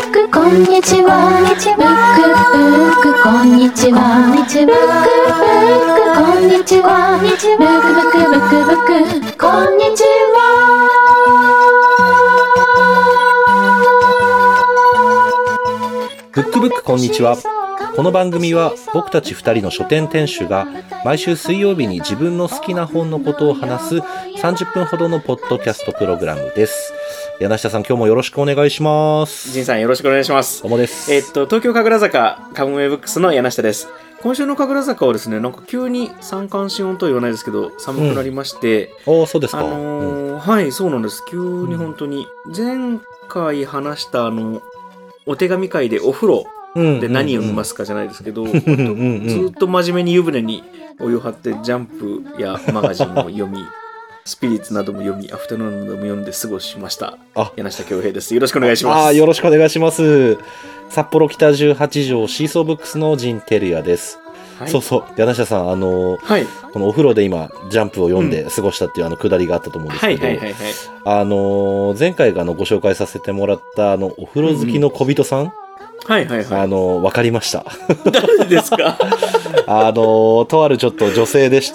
クこんにちは。ブックこんにちは。ブックこんにちは。ブックこんにちは。 ブックこんにちは。この番組は僕たち2人の書店店主が毎週水曜日に自分の好きな本のことを話す30分ほどのポッドキャストプログラムです。柳下さん、今日もよろしくお願いします。 仁さん、よろしくお願いします。 どうもです。 東京神楽坂カムウェイブックスの柳下です。今週の神楽坂はですね、なんか急に三寒四温とは言わないですけど寒くなりまして、 そうですか。 はい、そうなんです。急に本当に、前回話したお手紙会でお風呂で何を見ますかじゃないですけど、ずっと真面目に湯船にお湯を張ってジャンプやマガジンを読みスピリッツなども読みアフタヌーンなども読んで過ごしました。柳下恭平です。よろしくお願いします。 よろしくお願いします。札幌北18条シーソーブックスのジンテルヤです。はい、そうそう、柳下さん、はい、このお風呂で今ジャンプを読んで過ごしたっていうくだりがあったと思うんですけど、前回がご紹介させてもらったお風呂好きの小人さん、わかりました。 誰ですか？ とあるちょっと女性でして、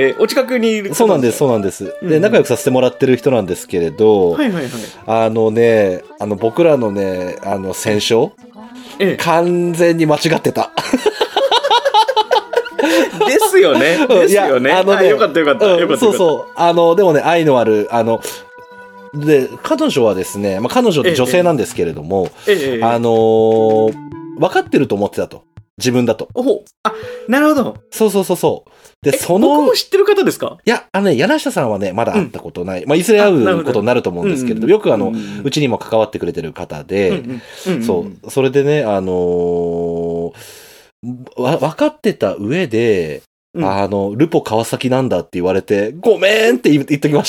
お近くにいる。 そうなんです。で、仲良くさせてもらってる人なんですけれど、僕らのね、選書、完全に間違ってた。 ですよね。ですよね。よかった。 そう。でもね、愛のある、で、彼女はですね、彼女って女性なんですけれども、分かってると思ってたと。自分だと。 なるほど。 そう。で、僕も知ってる方ですか？ いや、柳下さんはね、まだ会ったことない。いずれ会うことになると思うんですけれど、よくうちにも関わってくれてる方で、それでね、分かってた上で、ルポ川崎なんだって言われて、ごめんって言っときました。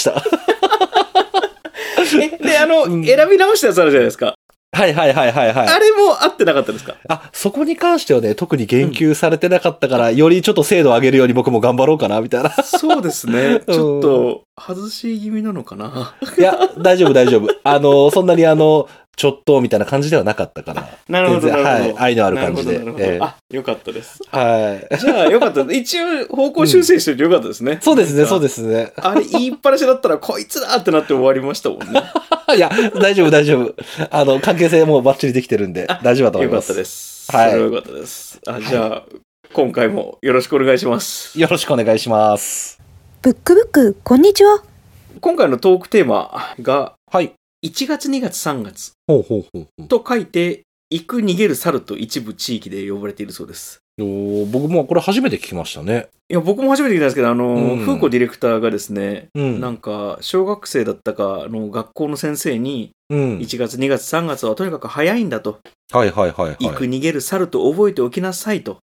で、選び直したやつあるじゃないですか。 はい。あれも合ってなかったですか？ そこに関してはね、特に言及されてなかったから、よりちょっと精度を上げるように僕も頑張ろうかな、みたいな。 そうですね。ちょっと、外し気味なのかな。 いや、大丈夫。そんなにちょっとみたいな感じではなかったから。 なるほど。 はい、愛のある感じで。 よかったです。 はい。 じゃあ、よかった。一応、方向修正しててよかったですね。 そうですね。 あれ、言いっぱなしだったら、こいつだってなって終わりましたもんね。 いや、大丈夫。関係性もバッチリできてるんで、大丈夫だと思います。 よかったです。はい。それはよかったです。じゃあ、今回もよろしくお願いします。 よろしくお願いします。 ブック、こんにちは。 今回のトークテーマが、 はい。 1月、2月、3月と書いて、行く逃げる猿と一部地域で呼ばれているそうです。 僕もこれ初めて聞きましたね。 いや、僕も初めて聞いたんですけど、風子ディレクターがですね、なんか、小学生だったかの学校の先生に、1月、2月、3月はとにかく早いんだと。 行く逃げる猿と覚えておきなさいと。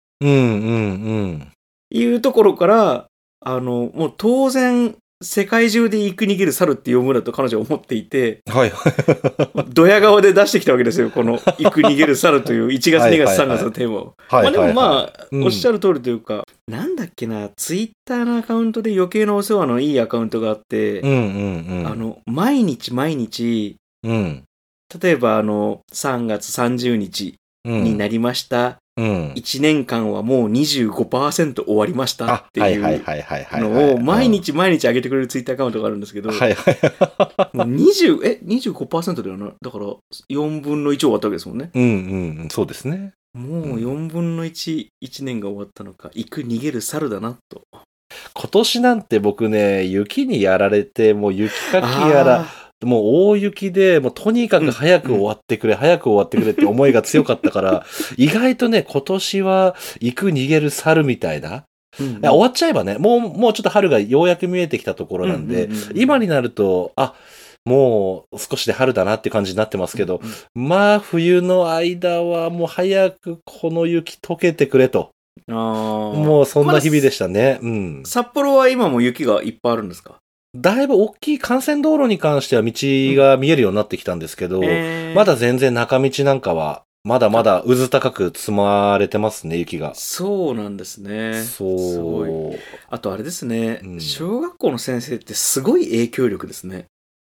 いうところから、もう当然、世界中で行く逃げる猿って読むだと彼女は思っていて、ドヤ顔で出してきたわけですよ、この行く逃げる猿という1月2月3月のテーマを。でもおっしゃる通りというか、なんだっけな、ツイッターのアカウントで余計なお世話のいいアカウントがあって、毎日、例えば3月30日になりました。1年間はもう 25% 終わりましたっていうのを毎日上げてくれるツイッターアカウントがあるんですけど、25% だよな。だから4分の1終わったわけですもんね。 そうですね。 もう4分の1、1年が終わったのか、行く逃げる猿だなと。 今年なんて僕ね、雪にやられて、もう雪かきやら、もう大雪で、もうとにかく早く終わってくれって思いが強かったから、意外とね、今年は行く逃げる猿みたいな。終わっちゃえばね、もうちょっと春がようやく見えてきたところなんで、今になると、もう少しで春だなって感じになってますけど、冬の間はもう早くこの雪溶けてくれと。もうそんな日々でしたね。 札幌は今も雪がいっぱいあるんですか？ だいぶ大きい幹線道路に関しては道が見えるようになってきたんですけど、まだ全然中道なんかはまだまだ渦高く積まれてますね、雪が。 そうなんですね。すごい。あとあれですね、小学校の先生ってすごい影響力ですね。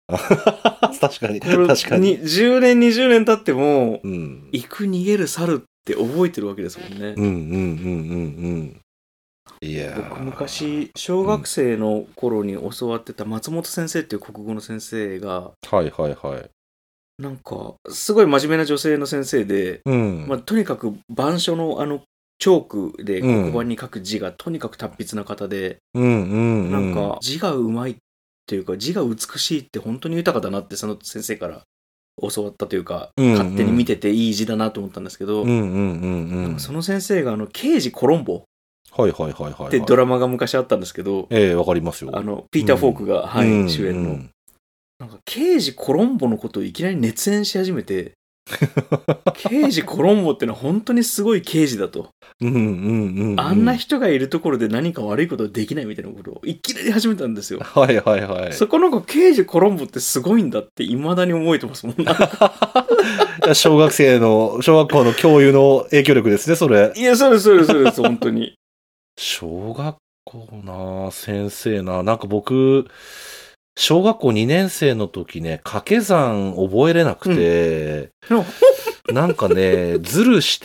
確かに、 これ確かに。 10年、20年経っても、 うん。 行く逃げる猿って覚えてるわけですもんね。 うんうんうんうんうん。いやー僕昔、小学生の頃に教わってた松本先生っていう国語の先生が、 はいはいはい。 なんか、すごい真面目な女性の先生で、 うん。 とにかく板書のチョークで黒板に書く字がとにかく達筆な方で、 うんうんうん。 なんか字がうまいっていうか字が美しいって本当に豊かだなってその先生から教わったというか、勝手に見てていい字だなと思ったんですけど、なんかその先生が刑事コロンボはいはいはいはい。 ってドラマが昔あったんですけど、 わかりますよ。 ピーター・フォークが、はい主演の。 うんなんか刑事コロンボのことをいきなり熱演し始めて、刑事コロンボってのは本当にすごい刑事だと。あんな人がいるところで何か悪いことはできないみたいなことをいきなり始めたんですよ。 はいはいはい。 そこの刑事コロンボってすごいんだって未だに覚えてますもん。 小学校の教諭の影響力ですね、それ。 いや、そうです、そうです、そうです、本当に。 小学校な先生な。なんか僕、小学校2年生の時ね、掛け算覚えれなくて、なんかね、ズルして、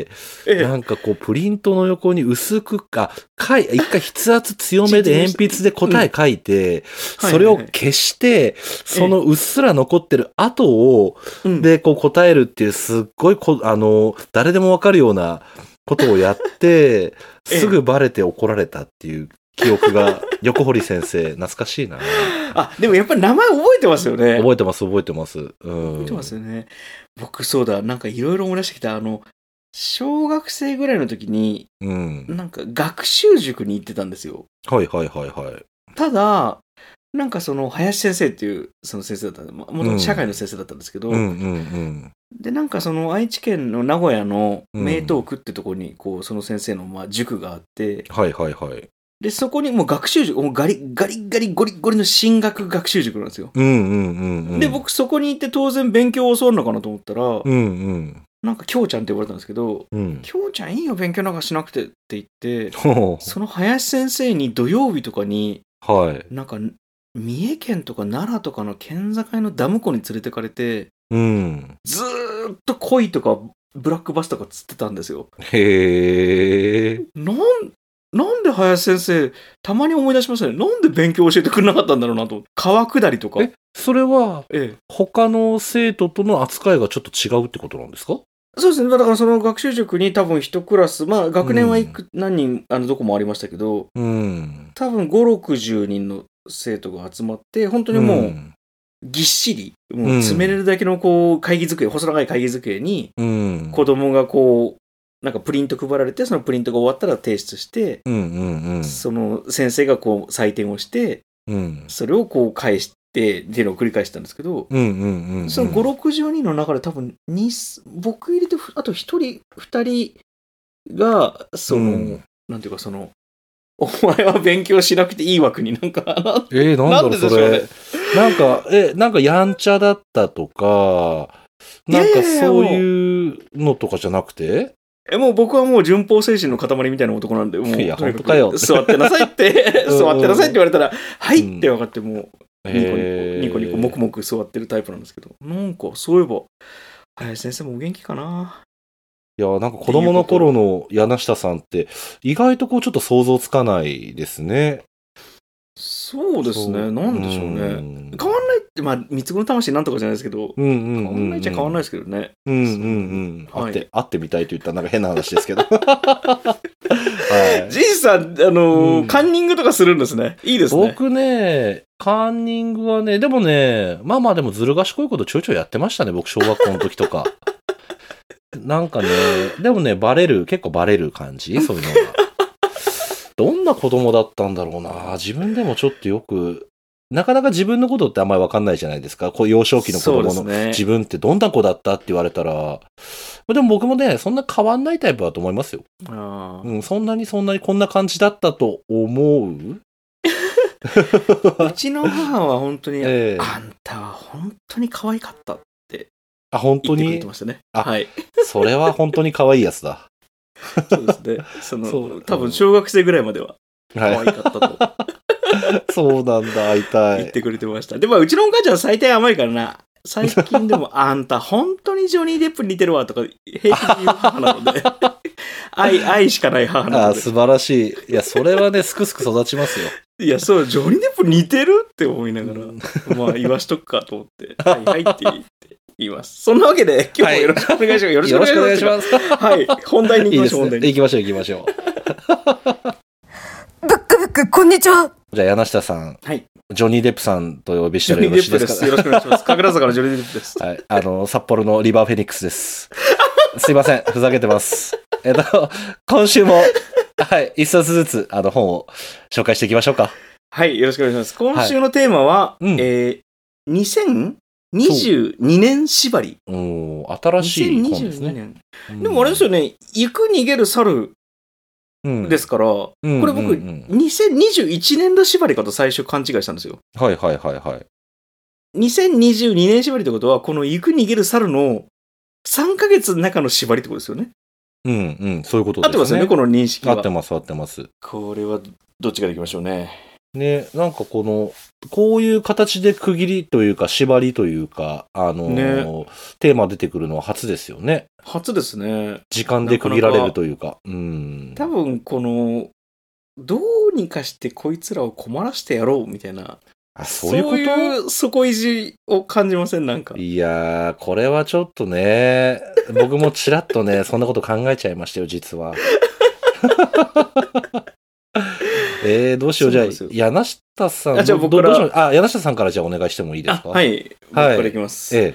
なんかこう、プリントの横に薄く一回筆圧強めで鉛筆で答え書いて、それを消して、そのうっすら残ってる跡を、で、こう答えるっていう、すっごい誰でもわかるようなことをやって、すぐバレて怒られたっていう記憶が、横堀先生、懐かしいな。 でもやっぱり名前覚えてますよね。 覚えてます。覚えてます。 覚えてますよね。僕そうだ、なんかいろいろ思い出してきた、小学生ぐらいの時に、なんか学習塾に行ってたんですよ。 はいはいはいはい。 ただ、なんか林先生っていうその先生だったんで、もともと社会の先生だったんですけど、で、なんか愛知県の名古屋の名東区ってところに、その先生の塾があって、 はいはいはい。 で、そこにもう学習塾、もうガリガリゴリゴリの進学学習塾なんですよ。で、僕そこに行って当然勉強を教わるのかなと思ったら、なんか、きょうちゃんって呼ばれたんですけど、きょうちゃんいいよ、勉強なんかしなくてって言って、その林先生に土曜日とかに、なんか、三重県とか奈良とかの県境のダム湖に連れてかれて、ずーっと鯉とかブラックバスとか釣ってたんですよ。 へー。 なんで林先生、たまに思い出しましたね。なんで勉強教えてくれなかったんだろうなと。川下りとか。 それは、他の生徒との扱いがちょっと違うってことなんですか？ そうですね。だからその学習塾に多分一クラス、学年は何人、どこもありましたけど、多分5、60人の生徒が集まって、本当にもう、ぎっしり、もう詰めれるだけの会議机、細長い会議机に、子供がなんかプリント配られて、そのプリントが終わったら提出して、その先生が採点をして、それを返して、っていうのを繰り返したんですけど、その5、60人の中で多分僕入れて、あと1人、2人が、なんていうかお前は勉強しなくていい枠になんか、 なんだろう、それ。なんかやんちゃだったとか、なんかそういうのとかじゃなくて？ もう僕はもう順法精神の塊みたいな男なんで、もう、 いや、本当かよ。 座ってなさいって、座ってなさいって言われたら、はいって分かって、もう、ニコニコ、黙々座ってるタイプなんですけど、なんか、そういえば、林先生もお元気かな。 いや、なんか子供の頃の柳下さんって、意外とちょっと想像つかないですね。 そうですね。なんでしょうね。変わんないって、三つ子の魂なんとかじゃないですけど、変わんないっちゃ変わんないですけどね。 会ってみたいと言ったらなんか変な話ですけど。 ジンさん、カンニングとかするんですね。いいですね。 僕ね、カンニングはね、でもね、でもずる賢いことちょいちょいやってましたね、僕小学校の時とか。なんかね、でもね、結構バレる感じそういうのが。どんな子供だったんだろうな。自分でもちょっとよく、なかなか自分のことってあんまりわかんないじゃないですか。幼少期の子供の自分ってどんな子だったって言われたら。でも僕もね、そんな変わんないタイプだと思いますよ。そんなにこんな感じだったと思う？ うちの母は本当に、あんたは本当に可愛かったって本当に言ってくれてましたね。はい。 それは本当に可愛いやつだ。 そうですね。多分小学生ぐらいまでは可愛かったと。 そうなんだ、会いたい。 言ってくれてました。で、うちのお母ちゃんは最低甘いからな。最近でも、あんた本当にジョニー・デップに似てるわとか平気で言う母なので愛しかない母なので。 素晴らしい。いや、それはね、すくすく育ちますよ。 いや、そう、ジョニー・デップ似てるって思いながら、言わしとくかと思って、はいはいって言います。そんなわけで、今日もよろしくお願いします。よろしくお願いします。はい、本題に行きましょう、本題に。 行きましょう、行きましょう。 ブックブック、こんにちは。 じゃあ、柳下さん。 はい。 ジョニー・デップさんとお呼びしたらよろしいですか？ よろしくお願いします。神楽坂のジョニー・デップです。 はい。札幌のリバーフェニックスです。すいません。ふざけてます。今週も、はい。一冊ずつ、本を紹介していきましょうか。 はい。よろしくお願いします。今週のテーマは、2022年縛り。 新しい本ですね。 2022年。でもあれですよね。行く逃げる猿。ですから、これ僕、2021年度縛りかと最初勘違いしたんですよ。 はいはいはいはい。 2022年縛りってことは、この行く逃げる猿の3ヶ月の中の縛りってことですよね。 そういうことですね。 合ってますよね、この認識は。 合ってます、合ってます。 これは、どっちからいきましょうね。 ね、なんかこういう形で区切りというか、縛りというか、テーマ出てくるのは初ですよね。 初ですね。 時間で区切られるというか。 多分、どうにかしてこいつらを困らしてやろうみたいな。 そういうこと？そういう底意地を感じません？なんか。 いやー、これはちょっとね、僕もちらっとね、そんなこと考えちゃいましたよ、実は。どうしよう。じゃあ、柳下さん。 じゃあ僕ら。 柳下さんからじゃあお願いしてもいいですか？ はい。僕からいきます。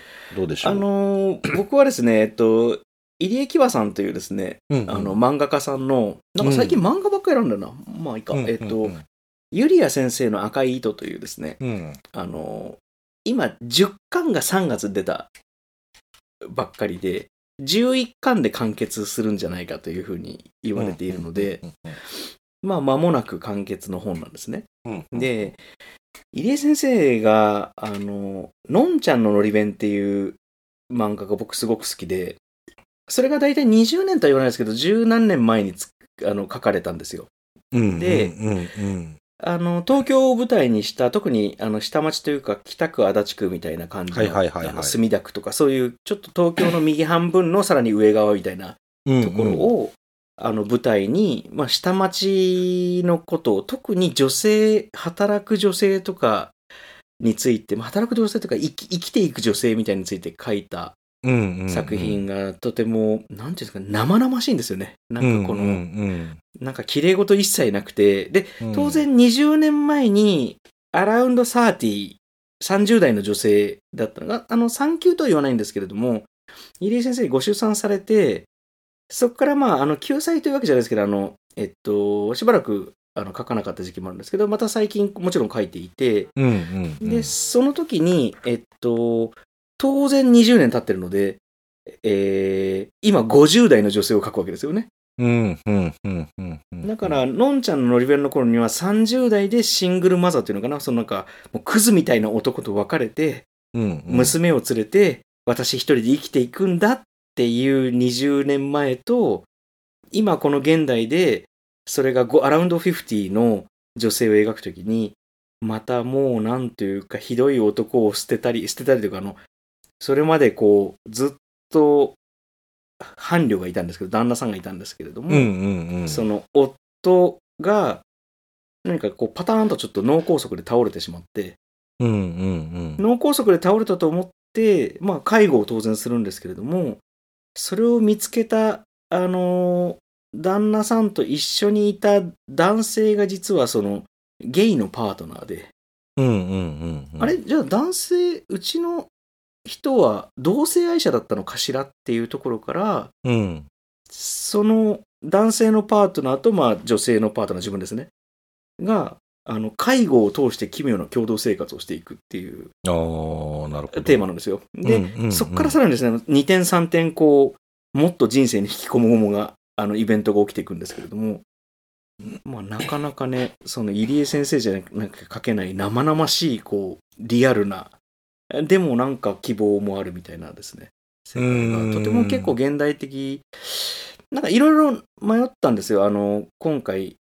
どうでしょう？ 僕はですね、入江喜和さんというですね、漫画家さんの、なんか最近漫画ばっかり選んだな。まあいいか。ユリア先生の赤い糸というですね、今10巻が3月出たばっかりで、11巻で完結するんじゃないかというふうに言われているので、間もなく完結の本なんですね。で、入江先生が、のんちゃんののり弁っていう漫画が僕すごく好きで、それが大体20年とは言わないですけど、十何年前に書かれたんですよ。で、東京を舞台にした、特に下町というか北区足立区みたいな感じの墨田区とか、そういうちょっと東京の右半分のさらに上側みたいなところを舞台に、下町のことを、特に働く女性とかについて、働く女性とか生きていく女性みたいについて書いた作品がとても、なんていうんですか、生々しいんですよね。なんかなんか綺麗事一切なくて、で、当然20年前に、アラウンド30、30代の女性だったのが、産休とは言わないんですけれども、入江先生ご出産されて、そこから救済というわけじゃないですけど、しばらく書かなかった時期もあるんですけど、また最近もちろん書いていて、で、その時に、当然20年経ってるので、今50代の女性を書くわけですよね。だから、のんちゃんののり弁の頃には30代でシングルマザーっていうのかな、なんか、もうクズみたいな男と別れて、娘を連れて、私一人で生きていくんだっていう20年前と、今この現代で、それがアラウンド50の女性を描くときに、またもうなんというかひどい男を捨てたりというかそれまでずっと伴侶がいたんですけど、旦那さんがいたんですけれども、その夫が何かパターンとちょっと脳梗塞で倒れてしまって、脳梗塞で倒れたと思って、介護を当然するんですけれども、それを見つけた旦那さんと一緒にいた男性が実はそのゲイのパートナーで、あれじゃあ男性、うちの人は同性愛者だったのかしらっていうところから、その男性のパートナーと女性のパートナー、自分ですねが介護を通して奇妙な共同生活をしていくっていうテーマなんですよ。で、そこからさらにですね、2点3点もっと人生に引き込むものがイベントが起きていくんですけれども、なかなかね、その入江先生じゃなく書けない生々しいリアルな、でもなんか希望もあるみたいなですね、世界がとても結構現代的、なんかいろいろ迷ったんですよ。今回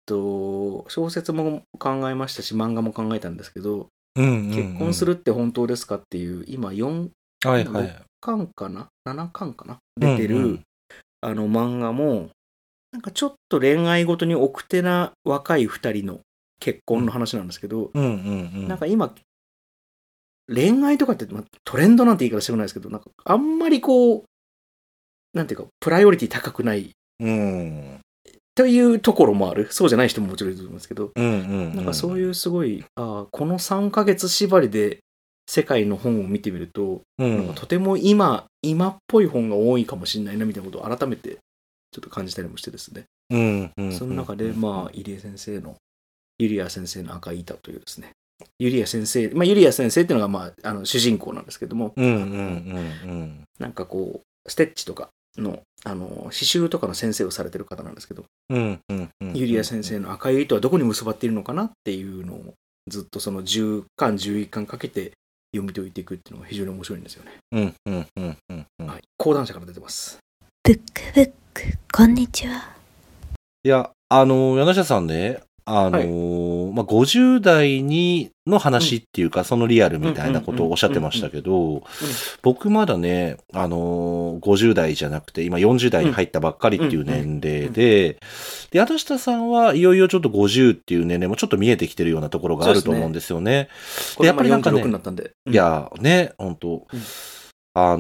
小説も考えましたし、漫画も考えたんですけど、 うん結婚するって本当ですかっていう、今4、 はいはい。 6巻かな ?7 巻かな出てる、漫画も、なんかちょっと恋愛ごとに奥手な若い2人の結婚の話なんですけど、なんか今、恋愛とかって、トレンドなんて言い方してもないですけど、なんかあんまりこう、なんていうか、プライオリティ高くない、というところもある。そうじゃない人ももちろんいると思いますけど、なんかそういうすごい、この3ヶ月縛りで世界の本を見てみると、なんかとても今っぽい本が多いかもしれないなみたいなことを改めてちょっと感じたりもしてですね。その中で、入江先生の、ユリア先生の赤い板というですね、ユリア先生、ユリア先生っていうのが、主人公なんですけども、なんかこう、ステッチとかの、刺繍とかの先生をされてる方なんですけど、ユリア先生の赤い糸はどこに結ばっているのかなっていうのを、ずっとその10巻、11巻かけて読み解いていくっていうのが非常に面白いんですよね。講談社から出てます。 ブックブック、こんにちは。 いや、柳下さんね、50代の話っていうか、そのリアルみたいなことをおっしゃってましたけど、僕まだね、50代じゃなくて、今40代に入ったばっかりっていう年齢で、柳下さんはいよいよちょっと50っていう年齢もちょっと見えてきてるようなところがあると思うんですよね。 でやっぱりなんかね、 いや、ね、本当なんか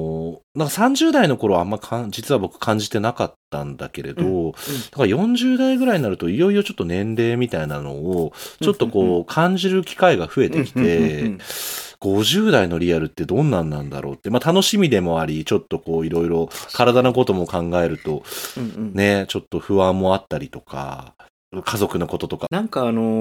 30代の頃はあんま実は僕感じてなかったんだけれど、だから40代ぐらいになるといよいよちょっと年齢みたいなのをちょっとこう感じる機会が増えてきて、50代のリアルってどんなんなんだろうって、楽しみでもあり、ちょっとこういろいろ体のことも考えると、ね、ちょっと不安もあったりとか、家族のこととか。 なんか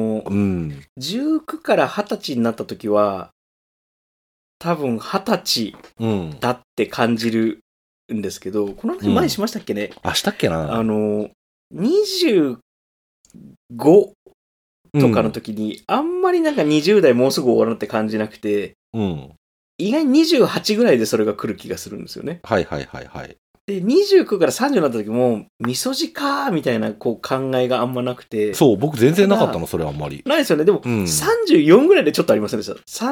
19から20歳になった時は、多分20歳だって感じるんですけど、この話前にしましたっけね、 したっけな 25とかの時に、あんまりなんか20代もうすぐ終わるって感じなくて、意外に28ぐらいでそれが来る気がするんですよね。で、29から30になった時も、みそじかーみたいなこう考えがあんまなくて。 そう、僕全然なかったの、それはあんまり。 ないですよね。でも、34ぐらいでちょっとありませんでした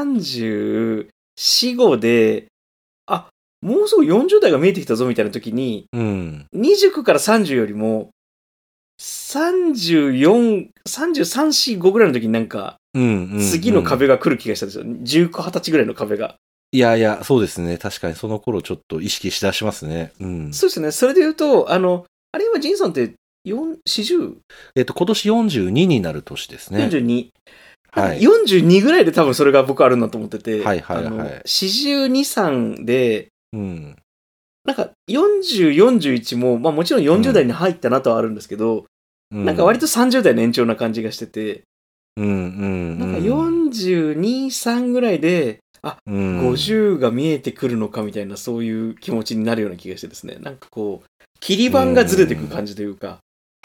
。34、5で、もうすぐ40代が見えてきたぞみたいな時に、29から30よりも、34、33、4、5ぐらいの時になんか、次の壁が来る気がしたんですよ。19、20歳ぐらいの壁が。 いやいや、そうですね。確かにその頃ちょっと意識しだしますね。 そうですね。それで言うと、あれ今、ジンさんって40？ 今年42になる年ですね。 42。42ぐらいで多分それが僕あるなと思ってて、42、3で、なんか40、41も、もちろん40代に入ったなとはあるんですけど、なんか割と30代の延長な感じがしてて、なんか42、3ぐらいで、50が見えてくるのかみたいな、そういう気持ちになるような気がしてですね、なんかこう、切り板がずれていく感じというか。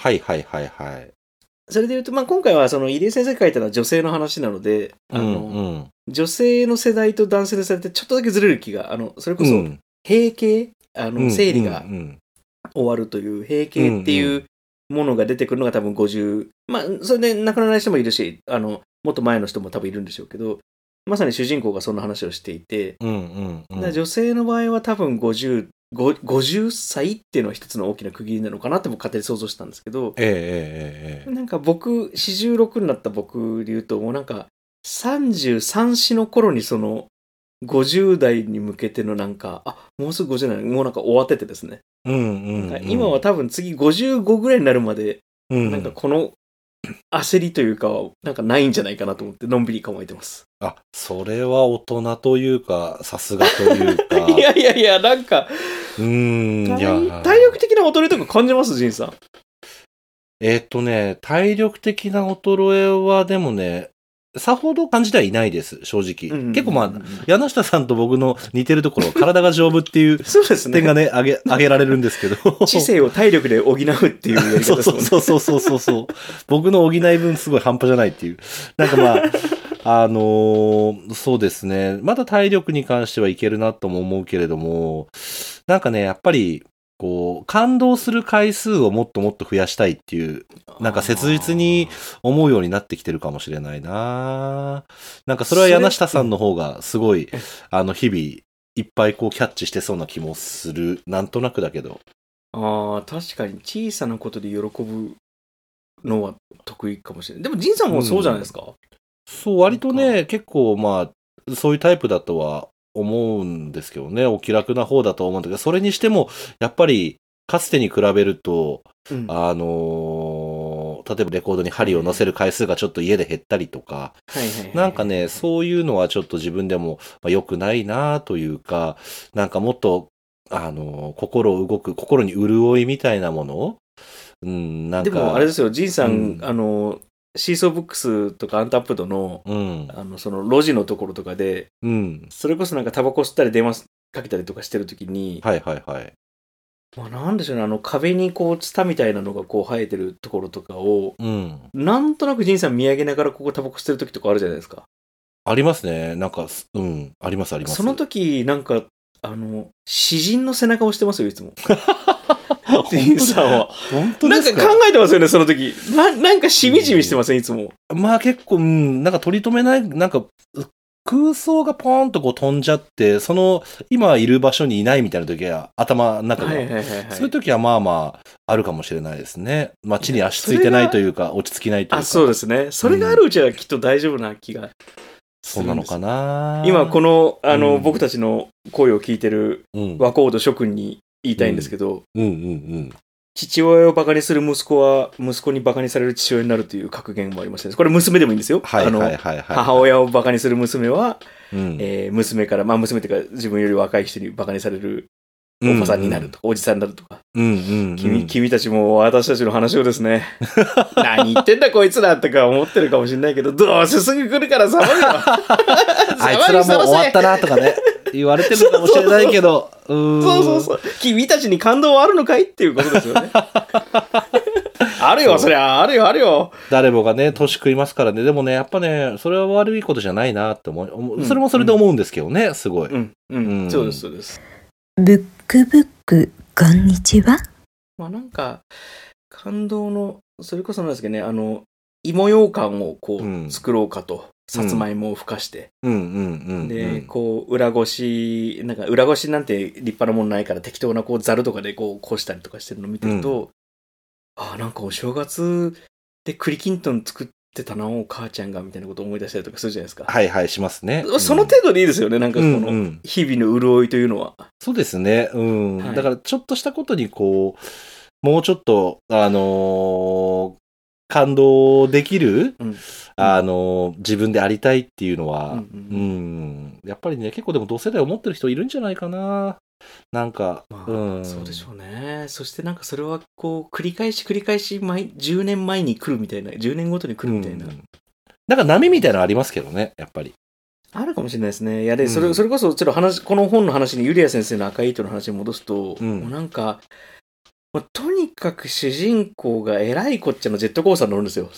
それで言うと、今回はその入江先生が書いたのは女性の話なので、女性の世代と男性の世代ってちょっとだけずれる気が、それこそ、閉経、生理が終わるという閉経っていうものが出てくるのが多分50、それで亡くならない人もいるし、もっと前の人も多分いるんでしょうけど、まさに主人公がそんな話をしていて、女性の場合は多分50歳っていうのは一つの大きな区切りなのかなって僕勝手に想像したんですけど、なんか僕、46になった僕で言うと、もうなんか33、4の頃にその50代に向けてのなんか、もうすぐ50代、もうなんか終わっててですね。今は多分次55ぐらいになるまで、なんかこの焦りというかはなんかないんじゃないかなと思ってのんびり構えてます。 それは大人というか、さすがというか。 いや、なんか、体力的な衰えとか感じます、ジンさん。 体力的な衰えはでもね、さほど感じてはいないです、正直。結構柳下さんと僕の似てるところは体が丈夫っていう点がね、挙げられるんですけど。 知性を体力で補うっていうやり方ですもんね。 そう。僕の補い分すごい半端じゃないっていう。なんかそうですね。まだ体力に関してはいけるなとも思うけれども、なんかね、やっぱり、 こう、感動する回数をもっともっと増やしたいっていう、なんか切実に思うようになってきてるかもしれないな。なんかそれは柳下さんの方がすごい、日々いっぱいこうキャッチしてそうな気もする。なんとなくだけど。 確かに小さなことで喜ぶのは得意かもしれない。でも、仁さんもそうじゃないですか。 そう、割とね、結構まあ、そういうタイプだとは思うんですけどね、お気楽な方だと思うんだけど、それにしても、やっぱり、かつてに比べると、例えばレコードに針を乗せる回数がちょっと家で減ったりとか、なんかね、そういうのはちょっと自分でも良くないなというか、なんかもっと、心に潤いみたいなもの、なんか。 でも、あれですよ、仁さん、シーソーブックスとかアンタップドの、その路地のところとかで、それこそなんかタバコ吸ったり電話かけたりとかしてるときに、まあなんでしょうね、壁にこうツタみたいなのがこう生えてるところとかを、なんとなく仁さん見上げながらここタバコ吸ってるときとかあるじゃないですか。 ありますね。なんか、ありますあります。 その時、なんか、詩人の背中を押してますよ、いつも。仁さんは。 本当ですか？ なんか考えてますよね、その時。なんかしみじみしてません、いつも。 まあ結構、なんか取り留めない、なんか、空想がポーンとこう飛んじゃって、今いる場所にいないみたいな時は、頭の中が、そういう時はまあまあ、あるかもしれないですね。地に足ついてないというか、落ち着きないというか。 そうですね。それがあるうちはきっと大丈夫な気が。 そうなのかな。 今、この、僕たちの声を聞いてる和コード諸君に言いたいんですけど、父親をバカにする息子は、息子にバカにされる父親になるという格言もありましたね。これ娘でもいいんですよ。母親をバカにする娘は、娘から、まあ娘というか自分より若い人にバカにされるおばさんになるとか、おじさんになるとか。君たちも私たちの話をですね、何言ってんだこいつらとか思ってるかもしれないけど、どうせすぐ来るから騒ぐよ。 あいつらもう終わったなとかね、言われてるかもしれないけど。 そう。君たちに感動はあるのかいっていうことですよね。あるよ、そりゃ、あるよ。 誰もがね、年食いますからね。でもね、やっぱね、それは悪いことじゃないなって思う。それもそれで思うんですけどね、すごい。 そうです、そうです。 ブックブック、こんにちは。 まあなんか、感動の、それこそなんですけどね、芋ようかんをこう作ろうかと。さつまいもをふかして。で、こう、裏ごしなんて立派なものないから適当なこうザルとかでこう、こしたりとかしてるのを見てると、なんかお正月で栗きんとん作ってたな、お母ちゃんが、みたいなことを思い出したりとかするじゃないですか。 はい、しますね。 その程度でいいですよね、なんかこの、日々の潤いというのは。 そうですね。だから、ちょっとしたことにこう、もうちょっと、感動できる、自分でありたいっていうのは、やっぱりね、結構でも同世代思ってる人いるんじゃないかな。なんか、 そうでしょうね。そしてなんかそれはこう、繰り返し、10年前に来るみたいな、10年ごとに来るみたいな。 なんか波みたいなのありますけどね、やっぱり。 あるかもしれないですね。いやで、それこそちょっとこの本の話に、ユリア先生の赤い糸の話に戻すと、もうなんか、とにかく主人公が偉いこっちゃのジェットコースターに乗るんですよ。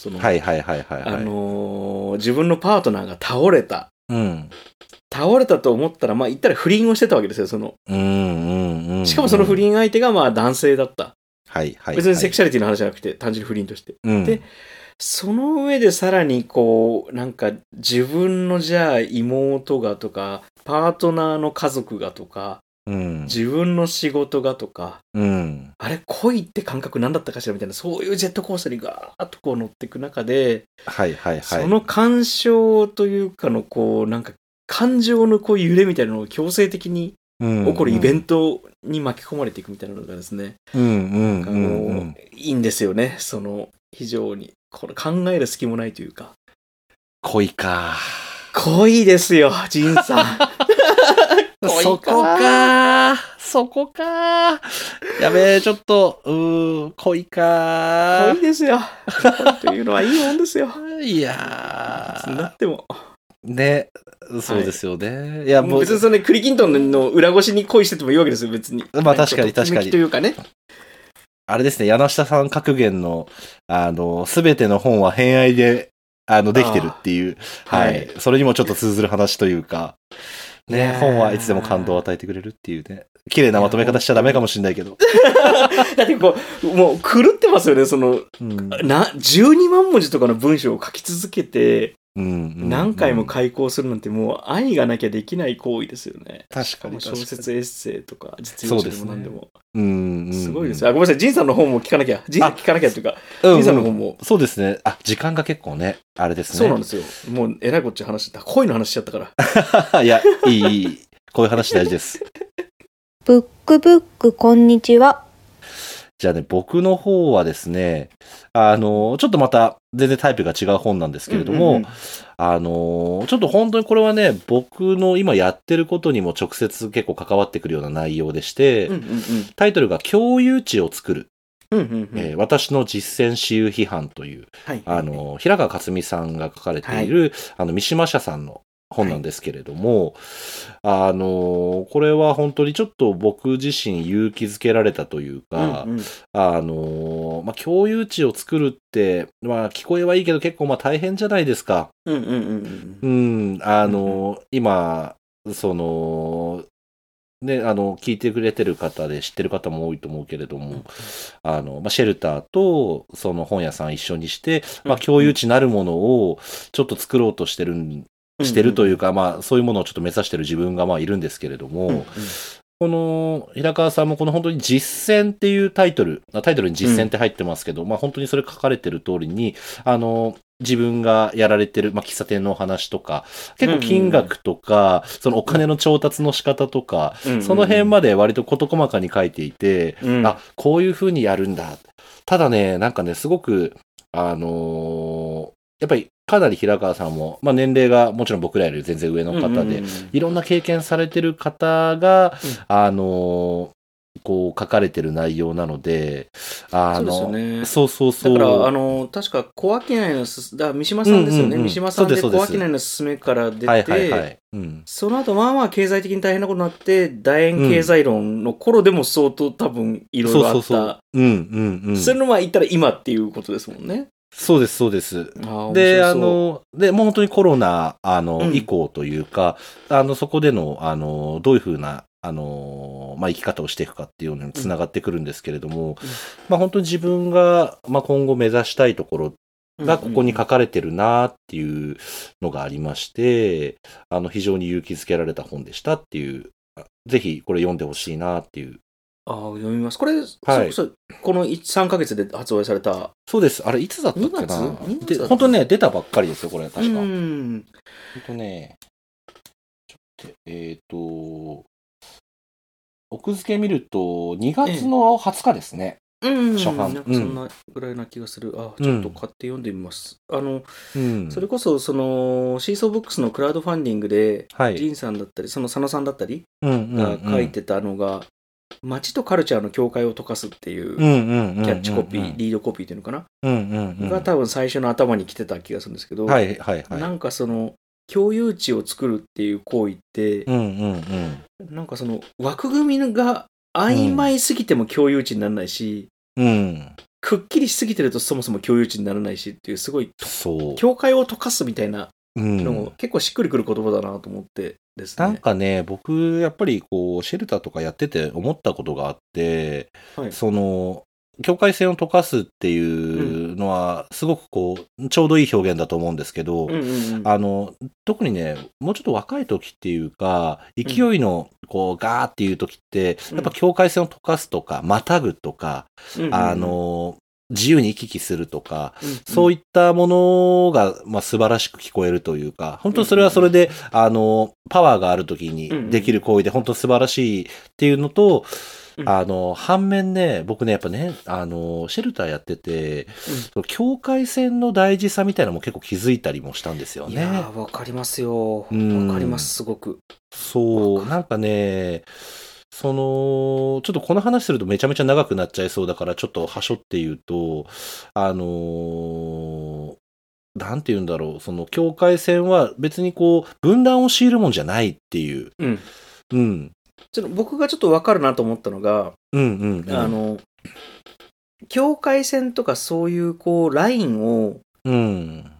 自分のパートナーが倒れた。倒れたと思ったら、まあ言ったら不倫をしてたわけですよ、しかもその不倫相手がまあ男性だった。別にセクシャリティの話じゃなくて、単純に不倫として。で、その上でさらにこう、なんか自分のじゃあ妹がとか、パートナーの家族がとか、自分の仕事がとか、あれ恋って感覚なんだったかしらみたいな、そういうジェットコースターにガーッとこう乗っていく中で、その感傷というかのこうなんか感情のこう揺れみたいなのを強制的に起こるイベントに巻き込まれていくみたいなのがですね、いいんですよね。その非常にこの考える隙もないというか。 恋か。 恋ですよ、仁さん。 そこか。やべえ、ちょっと、恋か。 恋ですよ。恋というのはいいもんですよ。 いやー。なっても。 ね、そうですよね。いや、 もう別にそのね、クリキントンの裏越しに恋しててもいいわけですよ、別に。 まあ確かに。というかね。 あれですね、柳下さん格言の、すべての本は偏愛で、できてるっていう、それにもちょっと通ずる話というか、 ね、本はいつでも感動を与えてくれるっていうね。綺麗なまとめ方しちゃダメかもしれないけど。 だってこう、もう狂ってますよね、12万文字とかの文章を書き続けて、何回も開講するなんてもう愛がなきゃできない行為ですよね。 確かに小説エッセイとか実用書でも何でも。すごいですよ。ごめんなさい、仁さんの本も聞かなきゃ。仁さん聞かなきゃっていうか、仁さんの本も。 そうですね。時間が結構ね、あれですね。 そうなんですよ。もうえらいこっちゃ話してた。恋の話しちゃったから。 いや、いい。こういう話大事です。 ブックブックこんにちは。 じゃあね、僕の方はですね、ちょっとまた全然タイプが違う本なんですけれども、ちょっと本当にこれはね、僕の今やってることにも直接結構関わってくるような内容でして、タイトルが共有値を作る。私の実践私有批判という、平川克美さんが書かれている、三島社さんの本なんですけれども、これは本当にちょっと僕自身勇気づけられたというか、共有値を作るって、聞こえはいいけど結構大変じゃないですか。今、ね、聞いてくれてる方で知ってる方も多いと思うけれども、シェルターとその本屋さん一緒にして、共有値なるものをちょっと作ろうとしてるというか、そういうものをちょっと目指してる自分がいるんですけれども、この平川さんもこの本当に実践っていうタイトルに実践って入ってますけど、本当にそれ書かれてる通りに、自分がやられてる、喫茶店のお話とか、結構金額とか、そのお金の調達の仕方とか、その辺まで割と事細かに書いていて、こういう風にやるんだ。ただね、すごく、やっぱりかなり平川さんも、年齢がもちろん僕らより全然上の方で、いろんな経験されてる方が、こう書かれてる内容なので、 そうですよね。 そう。 だから、確か小商いの三島さんですよね。三島さんで小商いの勧めから出て、その後経済的に大変なことになって、楕円経済論の頃でも相当多分いろいろあった。それの言ったら今っていうことですもんね。 そうです。で、もう本当にコロナ、以降というか、そこでの、どういうふうな、生き方をしていくかっていうのにつながってくるんですけれども、本当に自分が、今後目指したいところがここに書かれてるなっていうのがありまして、非常に勇気づけられた本でしたっていう、ぜひこれ読んでほしいなっていう。 読みます。これ、この3ヶ月で発売された。 そうです。あれ、いつだったっけな。本当ね、出たばっかりですよ、これ、確か。本当ね、奥付け見ると、2月の20日ですね。初版。 そんなぐらいな気がする。ちょっと買って読んでみます。それこそ、シーソーブックスのクラウドファンディングで、ジンさんだったり、佐野さんだったりが書いてたのが、街とカルチャーの境界を溶かすっていうキャッチコピー、リードコピーっていうのかな、が多分最初の頭に来てた気がするんですけど、共有値を作るっていう行為って、枠組みが曖昧すぎても共有値にならないし、くっきりしすぎてるとそもそも共有値にならないしっていう、すごい境界を溶かすみたいなのも結構しっくりくる言葉だなと思ってですね。 僕やっぱりシェルターとかやってて思ったことがあって、境界線を溶かすっていうのはすごくちょうどいい表現だと思うんですけど、特にね、もうちょっと若い時っていうか、勢いのガーっていう時って、やっぱ境界線を溶かすとか、またぐとか、自由に行き来するとか、そういったものが、素晴らしく聞こえるというか、本当それはそれで、パワーがある時にできる行為で本当素晴らしいっていうのと、反面ね、僕ね、やっぱね、シェルターやってて、境界線の大事さみたいなのも結構気づいたりもしたんですよね。 わかりますよ。わかります、すごく。 そう、ちょっとこの話するとめちゃめちゃ長くなっちゃいそうだから、ちょっとはしょって言うと、なんて言うんだろう、境界線は別に分断を強いるもんじゃないっていう。 僕がちょっと分かるなと思ったのが、境界線とかそういうラインを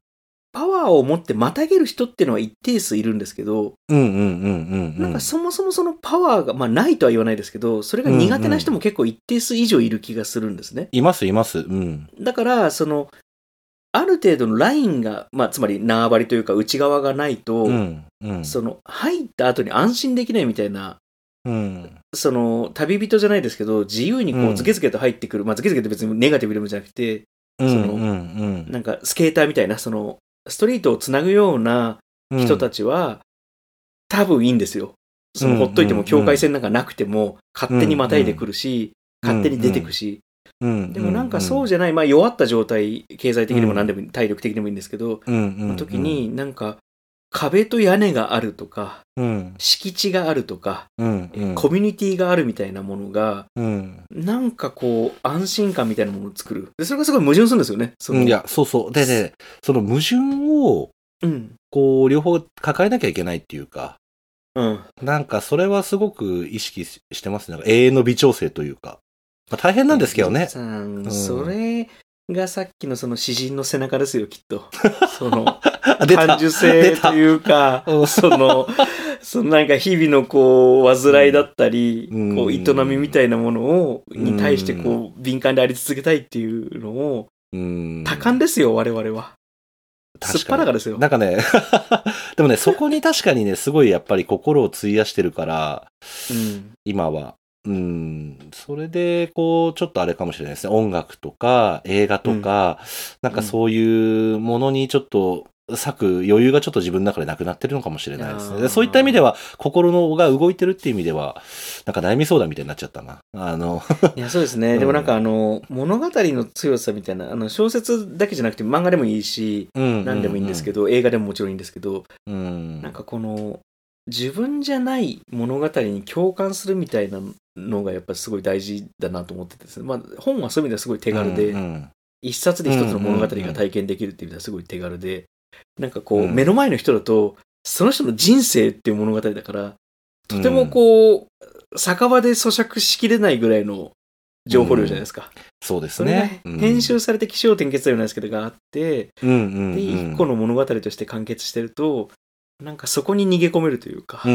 パワーを持ってまたげる人っていうのは一定数いるんですけど、 なんかそもそもそのパワーが、ないとは言わないですけど、それが苦手な人も結構一定数以上いる気がするんですね。 います。 だから、ある程度のラインが、つまり縄張りというか内側がないと、入った後に安心できないみたいな、旅人じゃないですけど、自由にズケズケと入ってくる、ズケズケって別にネガティブでもじゃなくて、なんかスケーターみたいな、ストリートをつなぐような人たちは、多分いいんですよ。ほっといても境界線なんかなくても、勝手にまたいでくるし、勝手に出てくし、でもなんかそうじゃない、弱った状態、経済的にも何でも、体力的にもいいんですけど、の時になんか壁と屋根があるとか、敷地があるとか、コミュニティがあるみたいなものが、なんか安心感みたいなものを作る。でそれがすごい矛盾するんですよね。 いや、そうそう。で、その矛盾を、両方抱えなきゃいけないっていうか、なんかそれはすごく意識してますね。永遠の微調整というか。大変なんですけどね。 それがさっきの詩人の背中ですよ、きっと。感受性というか、なんか日々の煩いだったり、営みみたいなものに対して敏感であり続けたいっていうのを、多感ですよ、我々は。すっぱらかですよ。 なんかね、でもね、そこに確かにね、すごいやっぱり心を費やしてるから、今は。それで、ちょっとあれかもしれないですね。音楽とか映画とか、なんかそういうものにちょっと割く余裕がちょっと自分の中でなくなってるのかもしれないですね。そういった意味では、心のが動いてるっていう意味では、なんか悩み相談みたいになっちゃったな。 いや、そうですね。でもなんか物語の強さみたいな、小説だけじゃなくて漫画でもいいし、何でもいいんですけど、映画でももちろんいいんですけど、なんか自分じゃない物語に共感するみたいなのがやっぱりすごい大事だなと思っててですね。本はそういう意味ではすごい手軽で、一冊で一つの物語が体験できるっていう意味ではすごい手軽で、なんか目の前の人だと、その人の人生っていう物語だから、とても酒場で咀嚼しきれないぐらいの情報量じゃないですか。 そうですね。 それが編集されて起承転結ではないですけどがあって、で、一個の物語として完結してると、なんかそこに逃げ込めるというか。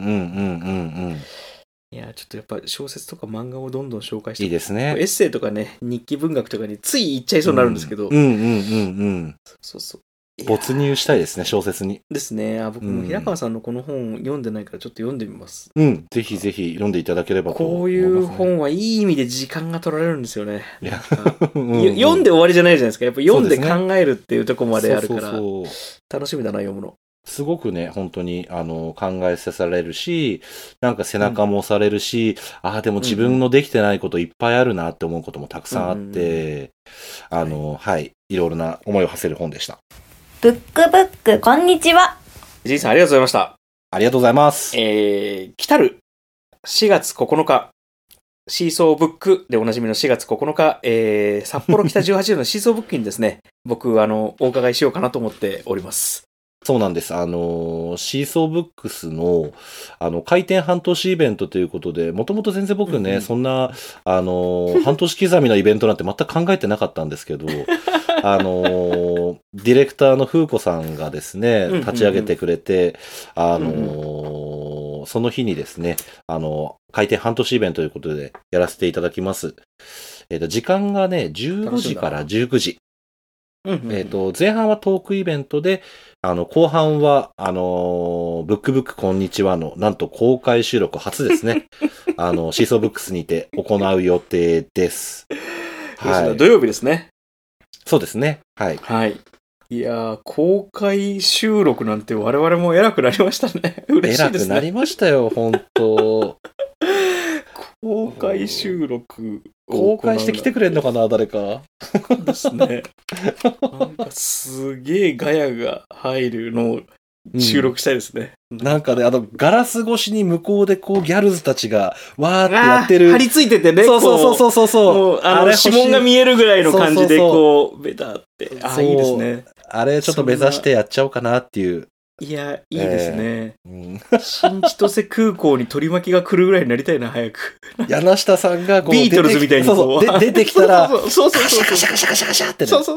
いや、ちょっとやっぱ小説とか漫画をどんどん紹介して、 いいですね。 エッセイとかね、日記文学とかについ言っちゃいそうになるんですけど。そう。 没入したいですね、小説に。 ですね。僕も平川さんのこの本読んでないからちょっと読んでみます。 ぜひぜひ読んでいただければと思いますね。 こういう本はいい意味で時間が取られるんですよね。読んで終わりじゃないじゃないですか。やっぱ読んで考えるっていうところまであるから、楽しみだな、読むの。 すごくね、本当に、考えさせられるし、なんか背中も押されるし、でも自分のできてないこといっぱいあるなって思うこともたくさんあって、いろいろな思いを馳せる本でした。 ブックブック、こんにちは。 じいさん、ありがとうございました。 ありがとうございます。 来たる4月9日、シーソーブックでおなじみの4月9日、札幌北18度のシーソーブックにですね、僕、お伺いしようかなと思っております。 そうなんです。シーソーブックスの、開店半年イベントということで、もともと全然僕ね、そんな、半年刻みのイベントなんて全く考えてなかったんですけど、ディレクターの風子さんがですね、立ち上げてくれて、その日にですね、開店半年イベントということでやらせていただきます。時間がね、15時から19時。前半はトークイベントで、後半は、ブックブックこんにちはの、なんと公開収録初ですね。シーソーブックスにて行う予定です。 土曜日ですね。 そうですね。はい。 いやー、公開収録なんて我々も偉くなりましたね。嬉しいですね。 偉くなりましたよ、本当公開収録。 公開して来てくれんのかな、誰か。 ですね。なんかすげえガヤが入るのを収録したいですね。 なんかね、ガラス越しに向こうでギャルズたちがわーってやってる。 張り付いててね。 そう。もう指紋が見えるぐらいの感じでベタって。いいですね。 あれちょっと目指してやっちゃおうかなっていう。 いや、いいですね。 新千歳空港に取り巻きが来るぐらいになりたいな、早く。 柳下さんがこうビートルズみたいにこう出てきたら、 そうカシャカシャカシャカシャカシャってね。 そう。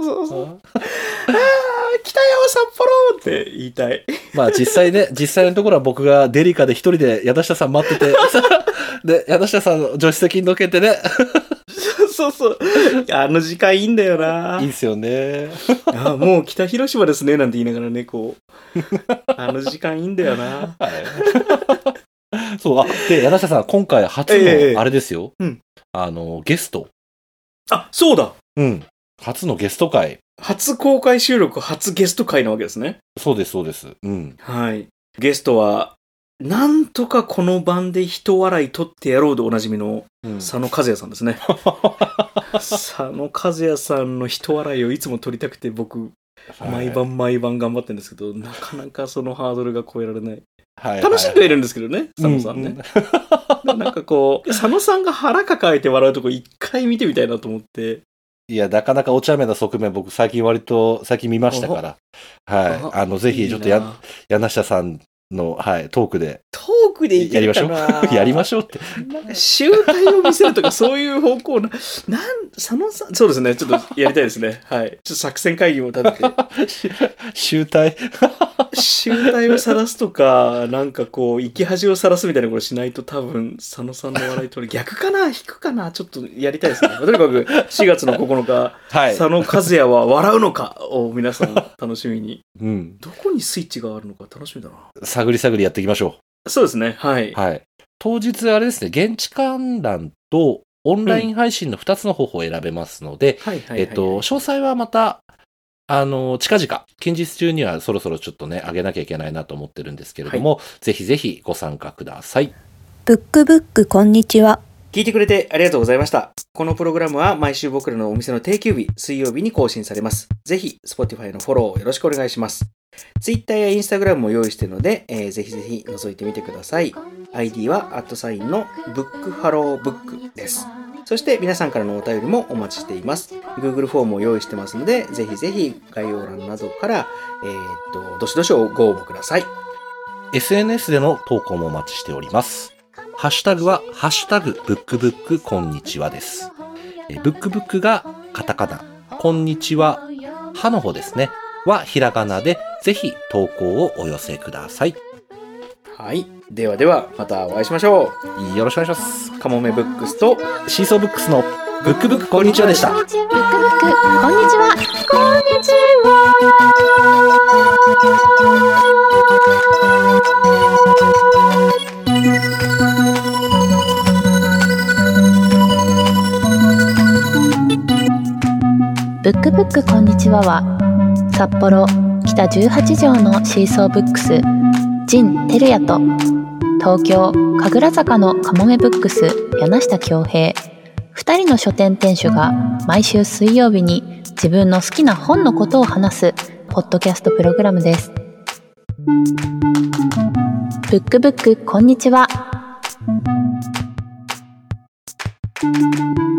来たよ、札幌って言いたい。 まあ実際のところは僕がデリカで一人で柳下さん待ってて、で、柳下さんの助手席に乗っけてね。 そう。あの時間いいんだよな。 いいですよね。 もう北広島ですね、なんて言いながらね、こう。あの時間いいんだよな。 そう、で、柳下さん、今回初の、あれですよ。ゲスト。 あ、そうだ。 初のゲスト会。 初公開収録、初ゲスト会なわけですね。 そうです。 はい。ゲストは、なんとかこの番で人笑い取ってやろうでおなじみの佐野和也さんですね。佐野和也さんの人笑いをいつも取りたくて僕、毎晩頑張ってるんですけど、なかなかそのハードルが超えられない。楽しんでいるんですけどね、佐野さんね。なんかこう、佐野さんが腹抱えて笑うとこ一回見てみたいなと思って。 いや、なかなかお茶目な側面、僕最近見ましたから。はい。ぜひ、ちょっと柳下さんの、トークでいけるかな。 やりましょうって。 なんか集大を見せるとかそういう方向な、佐野さん、そうですね、ちょっとやりたいですね。はい。ちょっと作戦会議も立てて。 集大を晒すとか、なんかこう、生き恥を晒すみたいなことしないと多分、佐野さんの笑い取り、逆かな引くかなちょっとやりたいですね。とにかく、4月の9日、佐野和也は笑うのかを皆さん楽しみに。どこにスイッチがあるのか楽しみだな。 探りやっていきましょう。 そうですね。はい。 当日あれですね、現地観覧とオンライン配信の2つの方法を選べますので、詳細はまた、近々、近日中にはそろそろちょっとね、上げなきゃいけないなと思ってるんですけれども、ぜひぜひご参加ください。 ブックブックこんにちは。 聞いてくれてありがとうございました。このプログラムは毎週僕らのお店の定休日、水曜日に更新されます。ぜひ、Spotify のフォローよろしくお願いします。Twitter や Instagram も用意しているので、ぜひぜひ覗いてみてください。ID は@のブックハローブックです。そして皆さんからのお便りもお待ちしています。Google フォームを用意してますので、ぜひぜひ概要欄などから、どしどしご応募ください。 SNS での投稿もお待ちしております。ハッシュタグは、ハッシュタグブックブックこんにちはです。ブックブックがカタカナ、こんにちは、はの方ですね。はひらがなで、ぜひ投稿をお寄せください。 はい。では、またお会いしましょう。よろしくお願いします。 カモメブックスとシーソーブックスのブックブックこんにちはでした。 ブックブックこんにちは。こんにちは。ブックブックこんにちはは札幌北18条のシーソーブックス陣照也と東京神楽坂のカモメブックス柳下恭平2人の書店店主が毎週水曜日に自分の好きな本のことを話すポッドキャストプログラムです。ブックブックこんにちは。